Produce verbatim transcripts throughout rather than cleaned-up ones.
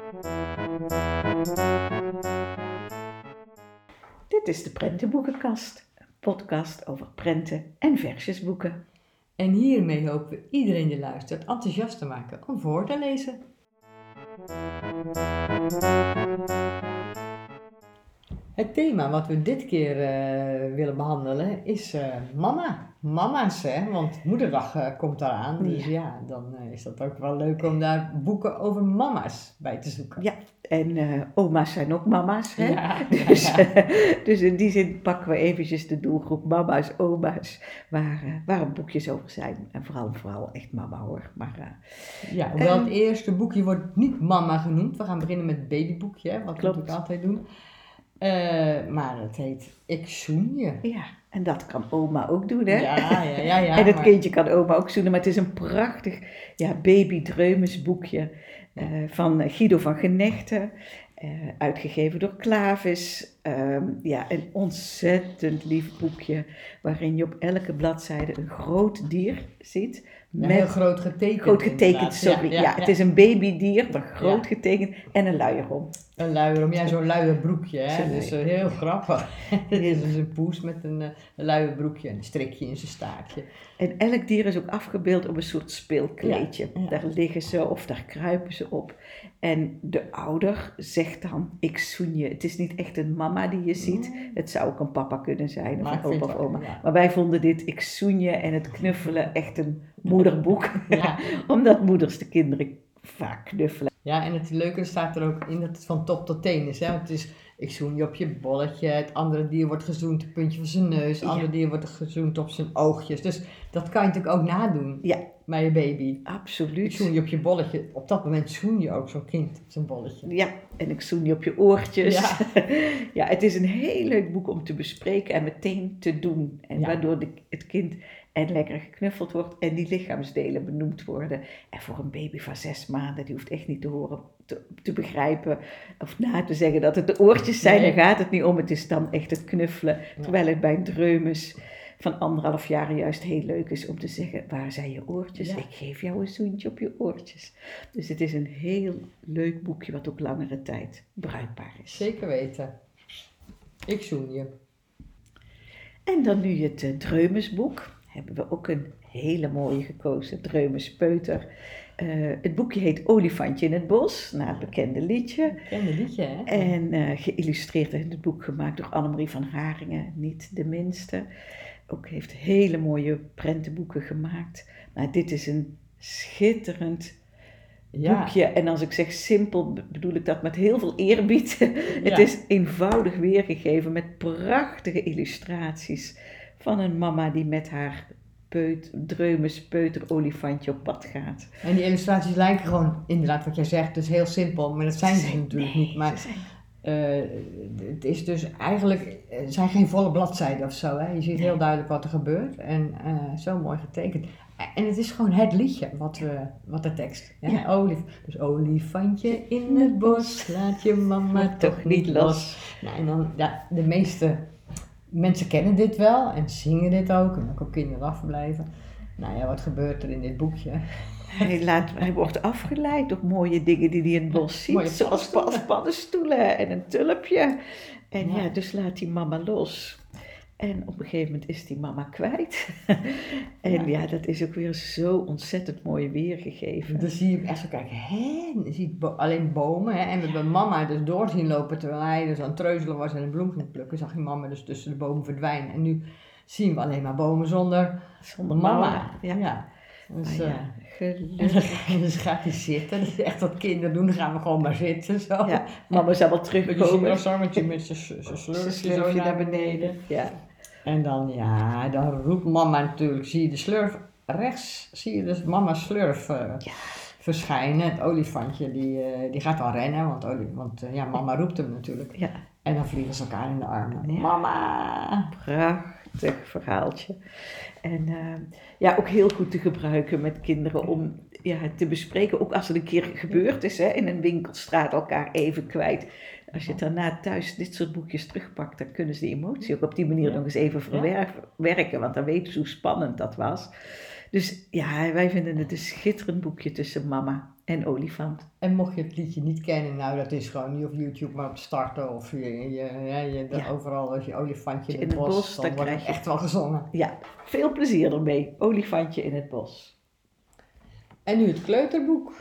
Dit is de Prentenboekenkast, een podcast over prenten en versjesboeken. En hiermee hopen we iedereen die luistert enthousiast te maken om voor te lezen. Het thema wat we dit keer uh, willen behandelen is uh, mama. Mama's, hè? Want moederdag uh, komt eraan. Dus ja, ja dan uh, is dat ook wel leuk om daar boeken over mama's bij te zoeken. Ja, en uh, oma's zijn ook mama's, hè? Ja, dus, ja, ja. Uh, dus in die zin pakken we eventjes de doelgroep mama's, oma's, waar, uh, waar er boekjes over zijn. En vooral, vooral echt mama, hoor. Maar, uh, ja, hoewel en, het eerste boekje wordt niet mama genoemd. We gaan beginnen met het babyboekje, hè, wat klopt. we natuurlijk altijd doen. Uh, maar het heet Ik zoen je. Ja, en dat kan oma ook doen, hè? Ja, ja, ja. ja en het maar... kindje kan oma ook zoenen, maar het is een prachtig ja, baby-dreumes boekje uh, van Guido van Genechten, uh, uitgegeven door Klavis. Um, ja, een ontzettend lief boekje, waarin je op elke bladzijde een groot dier ziet. Met, heel groot getekend. Groot getekend, sorry. Ja, ja, ja, het is een babydier, maar groot ja. getekend en een luier om. Een luier om, ja, zo'n luier broekje, hè. Zo dus uh, heel grappig. Het is dus een poes met een, uh, een luier broekje en een strikje in zijn staartje. En elk dier is ook afgebeeld op een soort speelkleedje. Ja, ja. Daar liggen ze of daar kruipen ze op. En de ouder zegt dan, ik zoen je. Het is niet echt een mama die je ziet. Mm. Het zou ook een papa kunnen zijn, of een opa of oma. Ja. Maar wij vonden dit, ik zoen je en het knuffelen echt een moederboek. Ja. Omdat moeders de kinderen vaak knuffelen. Ja, en het leuke staat er ook in dat het van top tot teen is. Hè? Want het is, ik zoen je op je bolletje, het andere dier wordt gezoend op het puntje van zijn neus, het andere ja. dier wordt gezoend op zijn oogjes. Dus dat kan je natuurlijk ook nadoen ja. bij je baby. Absoluut. Ik zoen je op je bolletje, op dat moment zoen je ook zo'n kind op zijn bolletje. Ja, en ik zoen je op je oortjes. Ja. ja, het is een heel leuk boek om te bespreken en meteen te doen. En ja. waardoor de, het kind en lekker geknuffeld wordt en die lichaamsdelen benoemd worden. En voor een baby van zes maanden, die hoeft echt niet te horen, te, te begrijpen of na te zeggen dat het de oortjes zijn. Nee. Daar gaat het niet om, het is dan echt het knuffelen. Ja. Terwijl het bij een dreumes van anderhalf jaar juist heel leuk is om te zeggen, waar zijn je oortjes? Ja. Ik geef jou een zoentje op je oortjes. Dus het is een heel leuk boekje wat ook langere tijd bruikbaar is. Zeker weten. Ik zoen je. En dan nu het uh, Dreumesboek. Hebben we ook een hele mooie gekozen, Dreumes Peuter. Uh, het boekje heet Olifantje in het bos, naar het bekende liedje. Bekende liedje, hè? En uh, geïllustreerd in het boek gemaakt door Annemarie van Haringen, niet de minste. Ook heeft hele mooie prentenboeken gemaakt. Maar dit is een schitterend ja. boekje. En als ik zeg simpel, bedoel ik dat met heel veel eerbied. Ja. Het is eenvoudig weergegeven met prachtige illustraties van een mama die met haar peut, dreumes peuterolifantje op pad gaat. En die illustraties lijken gewoon, inderdaad wat jij zegt, dus heel simpel, maar dat zijn ze, ze natuurlijk nee, niet. Maar zijn... uh, het is dus eigenlijk, het zijn geen volle bladzijden of zo. Hè? Je ziet heel duidelijk wat er gebeurt en uh, zo mooi getekend. En het is gewoon het liedje, wat, we, wat de tekst. Ja? Ja. Olif, dus olifantje in het bos, laat je mama toch niet los. Nou, en dan, ja, de meeste mensen kennen dit wel en zingen dit ook. En ook op kinderafverblijven. Nou ja, wat gebeurt er in dit boekje? Hij, laat, hij wordt afgeleid door mooie dingen die hij in het bos ziet. Mooie zoals paddenstoelen en een tulpje. En ja. ja, dus laat die mama los. En op een gegeven moment is die mama kwijt. en ja. ja, dat is ook weer zo ontzettend mooi weergegeven. Dan zie je hem echt zo kijken, hè? Je ziet bo- alleen bomen, hè? En we hebben mama dus door zien lopen terwijl hij dus aan het treuzelen was en een bloem ging plukken. Zag je mama dus tussen de bomen verdwijnen. En nu zien we alleen maar bomen zonder, zonder mama. mama. Ja. ja. Dus, ah, ja, gelukkig. Uh, dus gaat hij zitten. Dat is echt wat kinderen doen. Dan gaan we gewoon maar zitten. Zo. Ja, mama zal wel terugkomen. Een sarmetje met zijn slurfje zo naar beneden. Ja. En dan, ja, dan roept mama natuurlijk. Zie je de slurf rechts? Zie je dus mama's slurf uh, ja. verschijnen. Het olifantje, die, uh, die gaat dan rennen. Want, oli- want uh, ja, mama roept hem natuurlijk. Ja. En dan vliegen ze elkaar in de armen. Ja. Mama! Prachtig verhaaltje. En uh, ja, ook heel goed te gebruiken met kinderen om ja, te bespreken. Ook als het een keer gebeurd is, hè, in een winkelstraat elkaar even kwijt. Als je daarna thuis dit soort boekjes terugpakt, dan kunnen ze die emotie ook op die manier ja. nog eens even verwerken. Want dan weten ze hoe spannend dat was. Dus ja, wij vinden het een schitterend boekje tussen mama en olifant. En mocht je het liedje niet kennen, nou dat is gewoon niet op YouTube maar op starten of je, je, ja, je, Ja. overal als je olifantje in In het het bos, bos, dan dan wordt krijg het je- echt wel gezongen. Ja, veel plezier ermee. Olifantje in het bos. En nu het kleuterboek.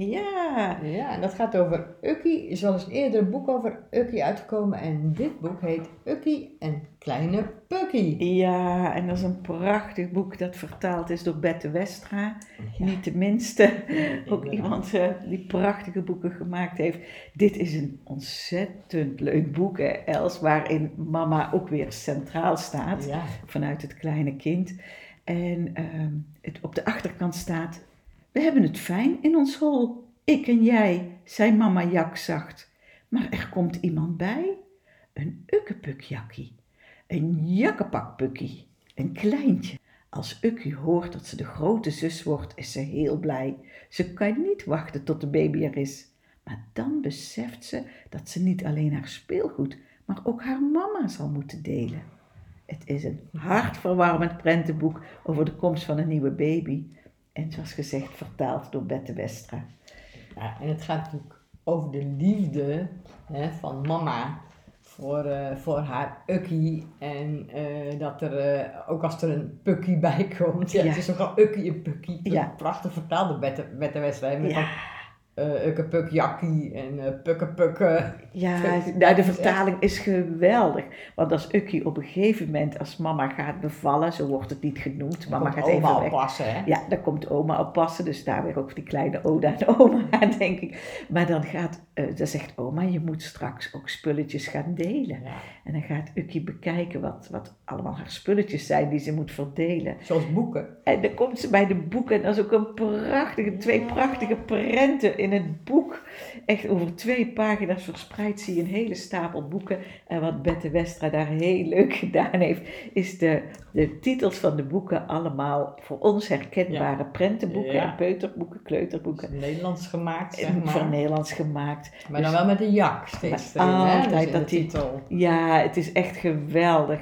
Ja, Ja, en dat gaat over Ukkie. Er is al eens eerder een boek over Ukkie uitgekomen en dit boek heet Ukkie en Kleine Pukkie. ja, en dat is een prachtig boek dat vertaald is door Bette Westra. Ja. Niet de minste, ook inderdaad. iemand eh, die prachtige boeken gemaakt heeft. Dit is een ontzettend leuk boek, hè, Els, waarin mama ook weer centraal staat, Ja, vanuit het kleine kind. En ehm, het, op de achterkant staat: we hebben het fijn in ons hol, ik en jij, zei mama Jak zacht. Maar er komt iemand bij, een ukkepukjakkie, een jakkepakpukkie, een kleintje. Als Ukkie hoort dat ze de grote zus wordt, is ze heel blij. Ze kan niet wachten tot de baby er is. Maar dan beseft ze dat ze niet alleen haar speelgoed, maar ook haar mama zal moeten delen. Het is een hartverwarmend prentenboek over de komst van een nieuwe baby. En zoals gezegd, vertaald door Bette Westra. ja, en het gaat natuurlijk over de liefde hè, van mama voor, eh, voor haar Ukkie. En eh, dat er, eh, ook als er een Pukkie bij komt, ja, Ja. het is ook al Ukkie en Pukkie. Ja. Prachtig vertaald door Bette, Bette Westra. hè, met Ja. van, eh, Ukkepukjakkie en uh, Pukkepukke. Ja, Pukkie, nou, de dat is vertaling is geweldig. Want als Ukkie op een gegeven moment, als mama gaat bevallen, zo wordt het niet genoemd, mama gaat even oma weg. oppassen, hè? Ja, daar komt oma oppassen, dus daar weer ook die kleine ode aan oma aan, denk ik. Maar dan gaat, uh, dan zegt oma, je moet straks ook spulletjes gaan delen. Ja. En dan gaat Ukkie bekijken wat, wat allemaal haar spulletjes zijn die ze moet verdelen. Zoals boeken. En dan komt ze bij de boeken en dat is ook een prachtige, twee prachtige prenten in het boek. Echt over twee pagina's verspreid zie je een hele stapel boeken. En wat Bette Westra daar heel leuk gedaan heeft, is de, de titels van de boeken allemaal voor ons herkenbare prentenboeken Ja. en peuterboeken, kleuterboeken. Het is Nederlands gemaakt, zeg En maar. Voor Nederlands gemaakt. Maar Dus- dan wel met een jak steeds Maar erin, hè? altijd Dus in de dat die- titel. Ja, het is echt geweldig.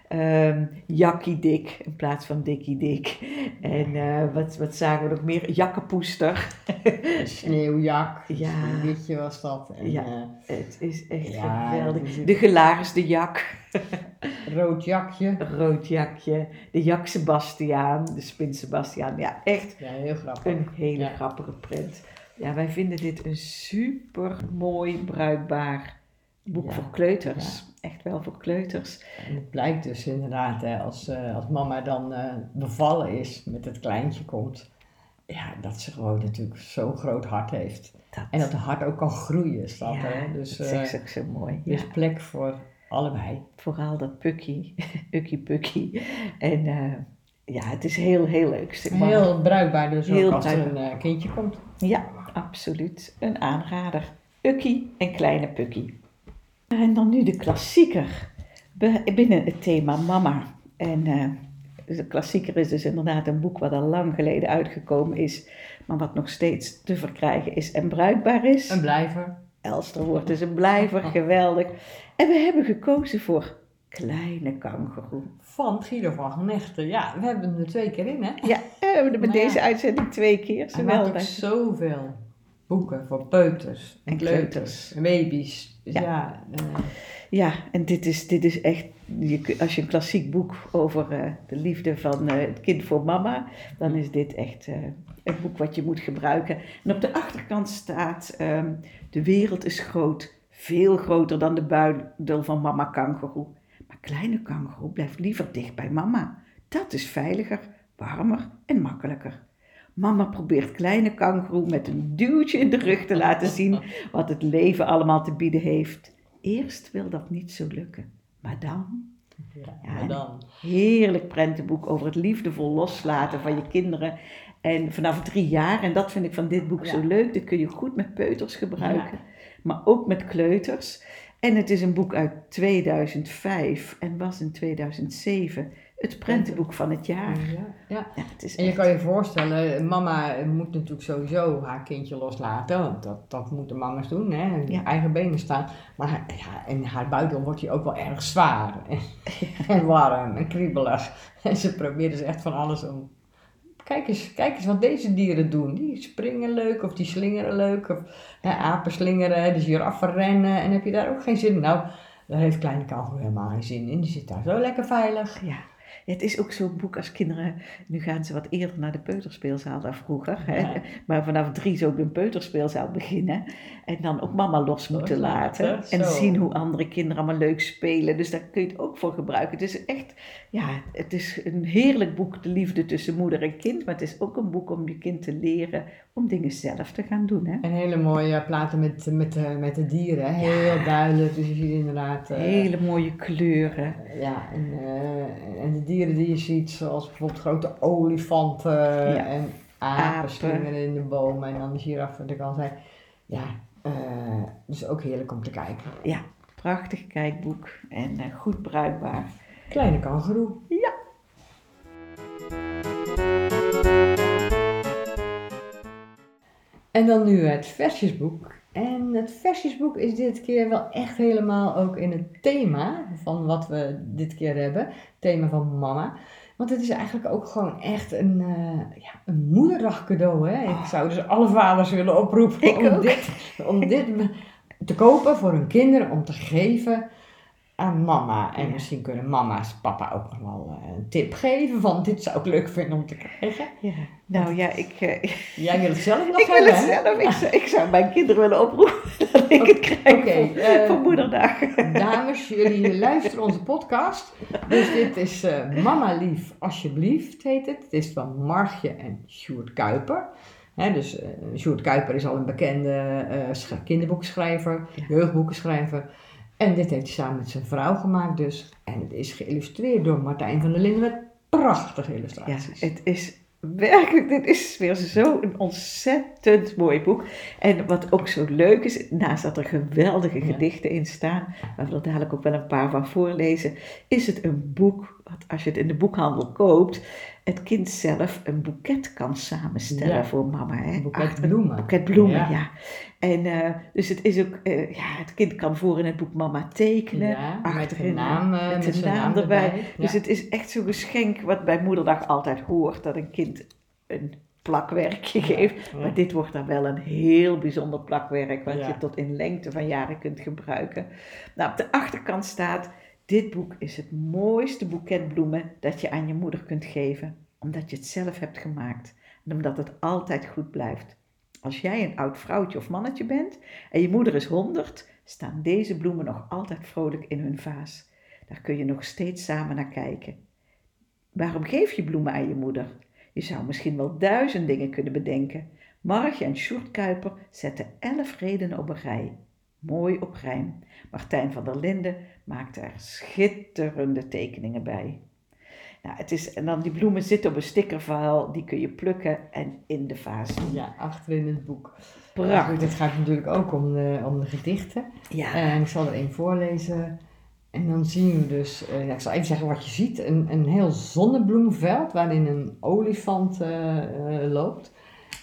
Ehm Jakkie Dik in plaats van Dikkie Dik. En eh, wat, wat zagen we nog meer? Jakkenpoester. Een sneeuwjak, Ja. een witje was dat. En Ja. eh, Het is echt Ja, geweldig. die zit- De gelaarste jak. rood jakje. Rood jakje. De Jak Sebastiaan. De Spin Sebastiaan. Ja, echt Ja, heel grappig. een hele Ja. grappige print. Ja, wij vinden dit een super mooi, bruikbaar boek Ja, voor kleuters. Echt wel voor kleuters. En het blijkt dus inderdaad, hè, als, eh, als mama dan eh, bevallen is, met het kleintje komt, ja, dat ze gewoon natuurlijk zo'n groot hart heeft. Dat, En dat het hart ook kan groeien, snap je? ja, hè? Dus dat eh, zegt ze ook zo mooi. er Ja. is plek voor allebei. Vooral dat Pukkie, Ukkie Pukkie. En eh, ja, het is heel, heel leuk. Zeg maar. Heel bruikbaar dus Heel ook als er bruikbaar. een eh, kindje komt. Ja, absoluut. Een aanrader. Ukkie en Kleine Pukkie. En dan nu de klassieker. Be- Binnen het thema mama. En eh, de klassieker is dus inderdaad een boek wat al lang geleden uitgekomen is. Maar wat nog steeds te verkrijgen is en bruikbaar is. Een blijver. Elsterwoord is een blijver, geweldig. En we hebben gekozen voor Kleine Kangoeroe. Van Guido van Genechten. Ja, we hebben hem er twee keer in, hè? Ja, we hebben met Maar ja. deze uitzending twee keer. Hij Zowel maakt ook bij... zoveel boeken voor peuters en En kleuters kleuters. en baby's. Dus Ja. ja, eh, Ja, en dit is, dit is echt, je, kun- als je een klassiek boek over eh, de liefde van eh, het kind voor mama, dan is dit echt eh, een boek wat je moet gebruiken. En op de achterkant staat, ehm, de wereld is groot, veel groter dan de buidel van mama kangoeroe. Maar kleine kangoeroe blijft liever dicht bij mama. Dat is veiliger, warmer en makkelijker. Mama probeert kleine kangoeroe met een duwtje in de rug te laten zien wat het leven allemaal te bieden heeft. Eerst wil dat niet zo lukken, maar dan, ja, Ja, maar en- dan. heerlijk prentenboek over het liefdevol loslaten van je kinderen. En vanaf drie jaar, en dat vind ik van dit boek Ja. zo leuk, dat kun je goed met peuters gebruiken, maar ook met kleuters. En het is een boek uit tweeduizend vijf en was in tweeduizend zeven het prentenboek van het jaar. Ja, ja. Ja, het is En je echt- kan je voorstellen, mama moet natuurlijk sowieso haar kindje loslaten, want dat, dat moeten mama's doen, hè, op Ja. eigen benen staan. Maar haar- ja, en haar buidel wordt hier ook wel erg zwaar en, en warm en kriebelig. En ze probeert dus echt van alles om kijk eens, kijk eens wat deze dieren doen. Die springen leuk of die slingeren leuk. Of hè, apen slingeren, de giraffen rennen. En heb je daar ook geen zin in? Nou, daar heeft kleine kangoeroe helemaal geen zin in. Die zit daar zo lekker veilig. Ja. Het is ook zo'n boek als kinderen, nu gaan ze wat eerder naar de peuterspeelzaal dan vroeger, hè? Ja. Maar vanaf drie zou ik een peuterspeelzaal beginnen en dan ook mama los moeten laten, laten en zien hoe andere kinderen allemaal leuk spelen, dus daar kun je het ook voor gebruiken. Het is echt, ja, het is een heerlijk boek, de liefde tussen moeder en kind, maar het is ook een boek om je kind te leren om dingen zelf te gaan doen. Hè? En hele mooie platen met, met, de, met de dieren, hè? Heel ja. duidelijk, dus je ziet inderdaad... Uh, hele mooie kleuren. Ja, en, uh, en de dieren die je ziet, zoals bijvoorbeeld grote olifanten ja. en apen, apen slingeren in de bomen en dan de giraffen de kant zijn. Ja, uh, dus ook heerlijk om te kijken. Ja, prachtig kijkboek en uh, goed bruikbaar. Kleine kangoeroe. Ja. En dan nu het versjesboek. En het versjesboek is dit keer wel echt helemaal ook in het thema van wat we dit keer hebben. Het thema van mama. Want het is eigenlijk ook gewoon echt een, uh, ja, een moederdag cadeau. Hè? Ik zou dus alle vaders willen oproepen om dit, om dit te kopen voor hun kinderen. Om te geven aan mama. En ja. misschien kunnen mama's papa ook nog wel uh, een tip geven van dit zou ik leuk vinden om te krijgen. Ja. Nou ja, ik... Uh, Jij wil het zelf nog ik hebben, wil het zelf. Ik zou, ik zou mijn kinderen willen oproepen dat ik okay. het krijg okay. voor, uh, voor moederdag. Dames, jullie luisteren onze podcast. Dus dit is uh, Mama Lief, alsjeblieft heet het. Het is van Margje en Sjoerd Kuiper. He, dus uh, Sjoerd Kuiper is al een bekende uh, kinderboekschrijver, ja. jeugdboekenschrijver. En dit heeft hij samen met zijn vrouw gemaakt dus. En het is geïllustreerd door Martijn van der Linden met prachtige illustraties. Ja, het is werkelijk, dit is weer zo'n ontzettend mooi boek. En wat ook zo leuk is, naast dat er geweldige ja. gedichten in staan, waar we er dadelijk ook wel een paar van voorlezen, is het een boek, wat als je het in de boekhandel koopt, het kind zelf een boeket kan samenstellen ja. voor mama. Hè? Een boeket Ach, bloemen. Een boeket bloemen, ja. ja. En uh, dus het is ook, uh, ja, het kind kan voor in het boek mama tekenen. Ja, achterin, met de naam, uh, met met de naam, naam erbij. erbij. Ja. Dus het is echt zo'n geschenk wat bij moederdag altijd hoort, dat een kind een plakwerkje geeft. Ja, ja. Maar dit wordt dan wel een heel bijzonder plakwerk, wat ja. je tot in lengte van jaren kunt gebruiken. Nou, op de achterkant staat, dit boek is het mooiste boeket bloemen dat je aan je moeder kunt geven, omdat je het zelf hebt gemaakt en omdat het altijd goed blijft. Als jij een oud vrouwtje of mannetje bent en je moeder is honderd, staan deze bloemen nog altijd vrolijk in hun vaas. Daar kun je nog steeds samen naar kijken. Waarom geef je bloemen aan je moeder? Je zou misschien wel duizend dingen kunnen bedenken. Margje en Sjoerd Kuiper zetten elf redenen op een rij. Mooi op rijm. Martijn van der Linden maakte er schitterende tekeningen bij. Nou, het is, en dan die bloemen zitten op een stickerverhaal, die kun je plukken en in de vaas doen. Ja, achterin het boek. Prachtig. Dit gaat natuurlijk ook om de, om de gedichten. Ja. En ik zal er één voorlezen. En dan zien we dus, uh, ja, ik zal even zeggen wat je ziet, een, een heel zonnebloemveld waarin een olifant uh, uh, loopt.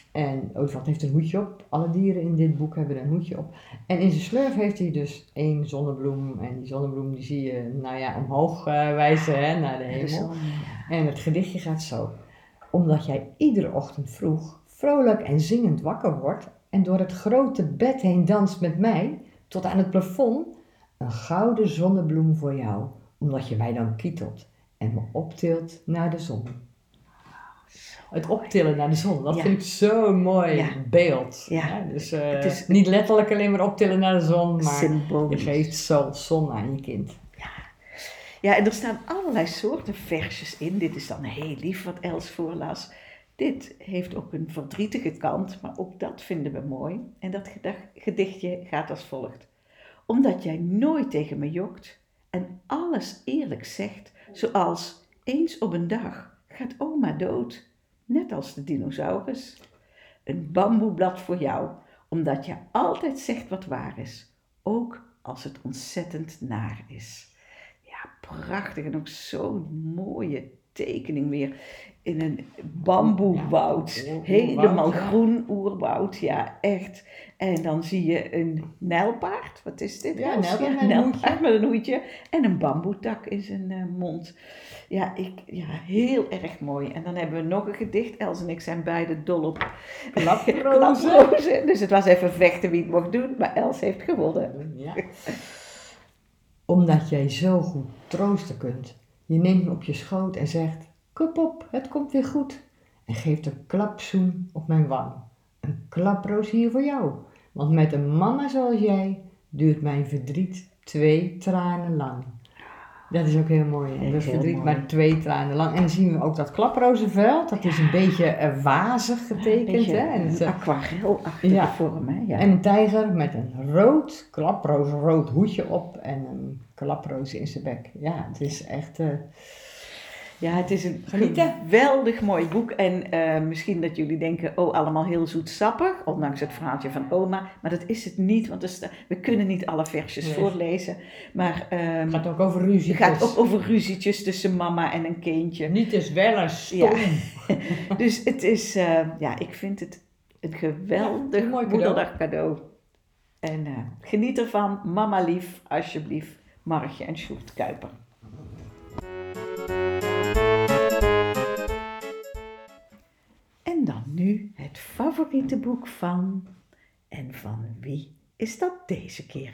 En de olifant heeft een hoedje op. Alle dieren in dit boek hebben een hoedje op. En in zijn slurf heeft hij dus één zonnebloem. En die zonnebloem die zie je, nou ja, omhoog uh, wijzen hè, naar de hemel. Zon, ja. En het gedichtje gaat zo. Omdat jij iedere ochtend vroeg vrolijk en zingend wakker wordt en door het grote bed heen danst met mij tot aan het plafond, een gouden zonnebloem voor jou, omdat je mij dan kietelt en me optilt naar de zon. Het optillen naar de zon, dat ja. vind ik zo'n mooi ja. beeld. Ja. Ja, dus uh, het is niet letterlijk alleen maar optillen naar de zon, maar symbolisch. Je geeft zo zon aan je kind. Ja. ja, en er staan allerlei soorten versjes in. Dit is dan heel lief wat Els voorlas. Dit heeft ook een verdrietige kant, maar ook dat vinden we mooi. En dat gedichtje gaat als volgt. Omdat jij nooit tegen me jokt en alles eerlijk zegt, zoals eens op een dag gaat oma dood. Net als de dinosaurus. Een bamboeblad voor jou, omdat je altijd zegt wat waar is. Ook als het ontzettend naar is. Ja, prachtig en ook zo'n mooie tekening weer in een bamboewoud. Ja, oer- Helemaal oerwoud, ja. groen oerwoud, ja, echt. En dan zie je een nijlpaard. Wat is dit? Ja, Els? nijlpaard met een nijlpaard hoedje. met een hoedje. En een bamboetak in zijn uh, mond. Ja, ik, ja, heel erg mooi. En dan hebben we nog een gedicht. Els en ik zijn beide dol op Klaprozen. klaprozen. Dus het was even vechten wie het mocht doen. Maar Els heeft gewonnen. Ja. Omdat jij zo goed troosten kunt. Je neemt me op je schoot en zegt, kop op, het komt weer goed. En geeft een klapzoen op mijn wang. Een klaproos hier voor jou. Want met een mama zoals jij duurt mijn verdriet twee tranen lang. Dat is ook heel mooi. Hè? Heel Dat verdriet mooi. maar twee tranen lang. En dan zien we ook dat klaprozenveld. Dat is een beetje uh, wazig getekend. Een beetje hè? En het, een uh, aquarelachtige ja. vorm. Hè? Ja. En een tijger met een rood, klaprozenrood hoedje op en een klaproos in zijn bek. Ja, het is echt... Uh, Ja, het is een Genieten. geweldig mooi boek. En uh, misschien dat jullie denken, oh, allemaal heel zoetsappig. Ondanks het verhaaltje van oma. Maar dat is het niet, want er sta- we kunnen niet alle versjes Nee. voorlezen. Maar um, het gaat ook over ruzie. het gaat ook over ruzietjes tussen mama en een kindje. Niet eens wel eens stom. Ja. Dus het is, uh, ja, ik vind het een geweldig Ja, een mooi cadeau. moederdag cadeau. En uh, geniet ervan, mama lief, alsjeblieft, Margje en Sjoerd Kuiper. En dan nu het favoriete boek van... En van wie is dat deze keer?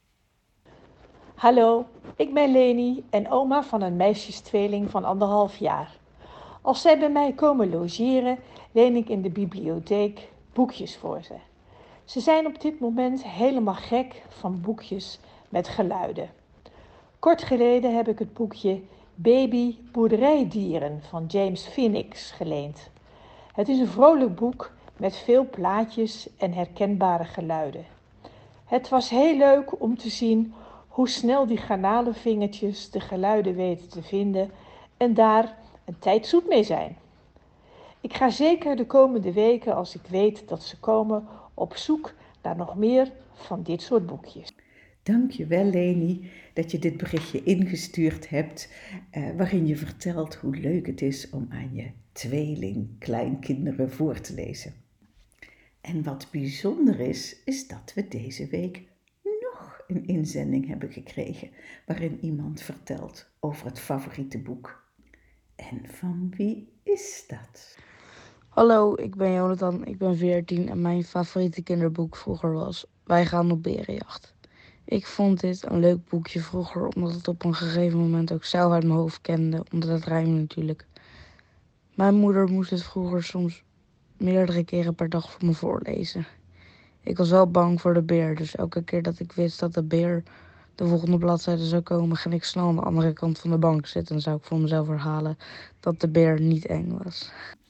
Hallo, ik ben Leni en oma van een meisjestweeling van anderhalf jaar. Als zij bij mij komen logeren, leen ik in de bibliotheek boekjes voor ze. Ze zijn op dit moment helemaal gek van boekjes met geluiden. Kort geleden heb ik het boekje Baby Boerderijdieren van James Phoenix geleend. Het is een vrolijk boek met veel plaatjes en herkenbare geluiden. Het was heel leuk om te zien hoe snel die garnalenvingertjes de geluiden weten te vinden en daar een tijd zoet mee zijn. Ik ga zeker de komende weken, als ik weet dat ze komen, op zoek naar nog meer van dit soort boekjes. Dankjewel Leni dat je dit berichtje ingestuurd hebt, uh, waarin je vertelt hoe leuk het is om aan je tweeling kleinkinderen voor te lezen. En wat bijzonder is, is dat we deze week nog een inzending hebben gekregen waarin iemand vertelt over het favoriete boek. En van wie is dat? Hallo, ik ben Jonathan, ik ben veertien en mijn favoriete kinderboek vroeger was Wij gaan op berenjacht. Ik vond dit een leuk boekje vroeger, omdat het op een gegeven moment ook zelf uit mijn hoofd kende, omdat het rijmde natuurlijk. Mijn moeder moest het vroeger soms meerdere keren per dag voor me voorlezen. Ik was wel bang voor de beer, dus elke keer dat ik wist dat de beer de volgende bladzijde zou komen, ging ik snel aan de andere kant van de bank zitten en zou ik voor mezelf herhalen dat de beer niet eng was.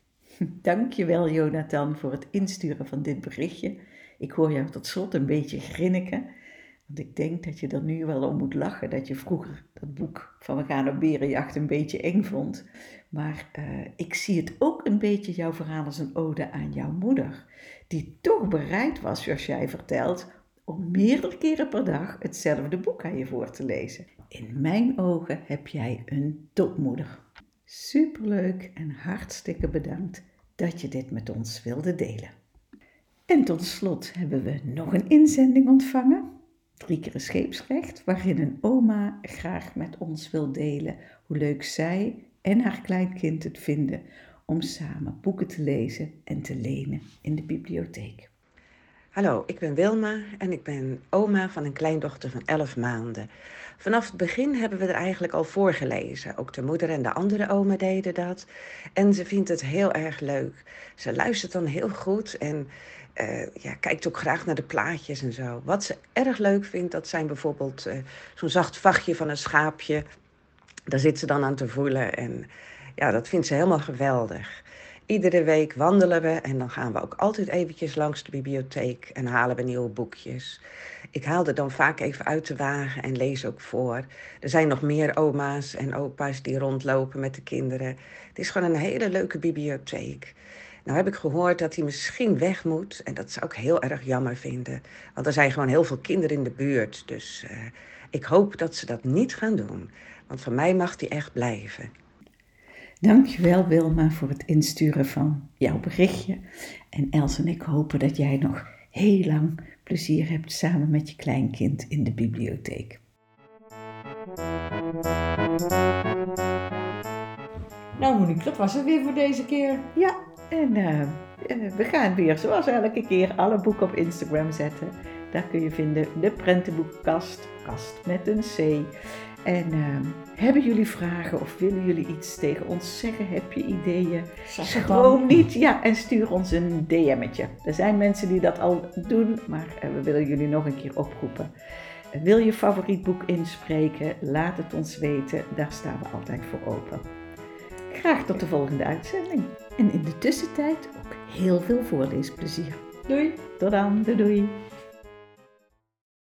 Dankjewel Jonathan voor het insturen van dit berichtje. Ik hoor jou tot slot een beetje grinniken, want ik denk dat je er nu wel om moet lachen dat je vroeger dat boek van We gaan op berenjacht een beetje eng vond. Maar uh, ik zie het ook een beetje jouw verhaal als een ode aan jouw moeder, die toch bereid was, zoals jij vertelt, om meerdere keren per dag hetzelfde boek aan je voor te lezen. In mijn ogen heb jij een topmoeder. Superleuk en hartstikke bedankt dat je dit met ons wilde delen. En tot slot hebben we nog een inzending ontvangen. Drie keer een scheepsrecht, waarin een oma graag met ons wil delen hoe leuk zij en haar kleinkind het vinden om samen boeken te lezen en te lenen in de bibliotheek. Hallo, ik ben Wilma en ik ben oma van een kleindochter van elf maanden. Vanaf het begin hebben we er eigenlijk al voorgelezen. Ook de moeder en de andere oma deden dat. En ze vindt het heel erg leuk. Ze luistert dan heel goed en uh, ja, kijkt ook graag naar de plaatjes en zo. Wat ze erg leuk vindt, dat zijn bijvoorbeeld uh, zo'n zacht vachtje van een schaapje. Daar zit ze dan aan te voelen en ja, dat vindt ze helemaal geweldig. Iedere week wandelen we en dan gaan we ook altijd eventjes langs de bibliotheek en halen we nieuwe boekjes. Ik haal er dan vaak even uit de wagen en lees ook voor. Er zijn nog meer oma's en opa's die rondlopen met de kinderen. Het is gewoon een hele leuke bibliotheek. Nou heb ik gehoord dat hij misschien weg moet en dat zou ik heel erg jammer vinden. Want er zijn gewoon heel veel kinderen in de buurt, dus uh, ik hoop dat ze dat niet gaan doen. Want van mij mag hij echt blijven. Dankjewel Wilma voor het insturen van jouw berichtje. En Els en ik hopen dat jij nog heel lang plezier hebt samen met je kleinkind in de bibliotheek. Nou Monique, dat was het weer voor deze keer. Ja, en uh, we gaan weer zoals elke keer alle boeken op Instagram zetten. Daar kun je vinden de prentenboekenkast, kast met een C. En uh, hebben jullie vragen of willen jullie iets tegen ons zeggen? Heb je ideeën? Schroom niet. Ja, en stuur ons een D M'tje. Er zijn mensen die dat al doen, maar uh, we willen jullie nog een keer oproepen. Uh, wil je favoriet boek inspreken? Laat het ons weten. Daar staan we altijd voor open. Graag tot de volgende uitzending. En in de tussentijd ook heel veel voorleesplezier. Doei. Tot dan. Doei doei.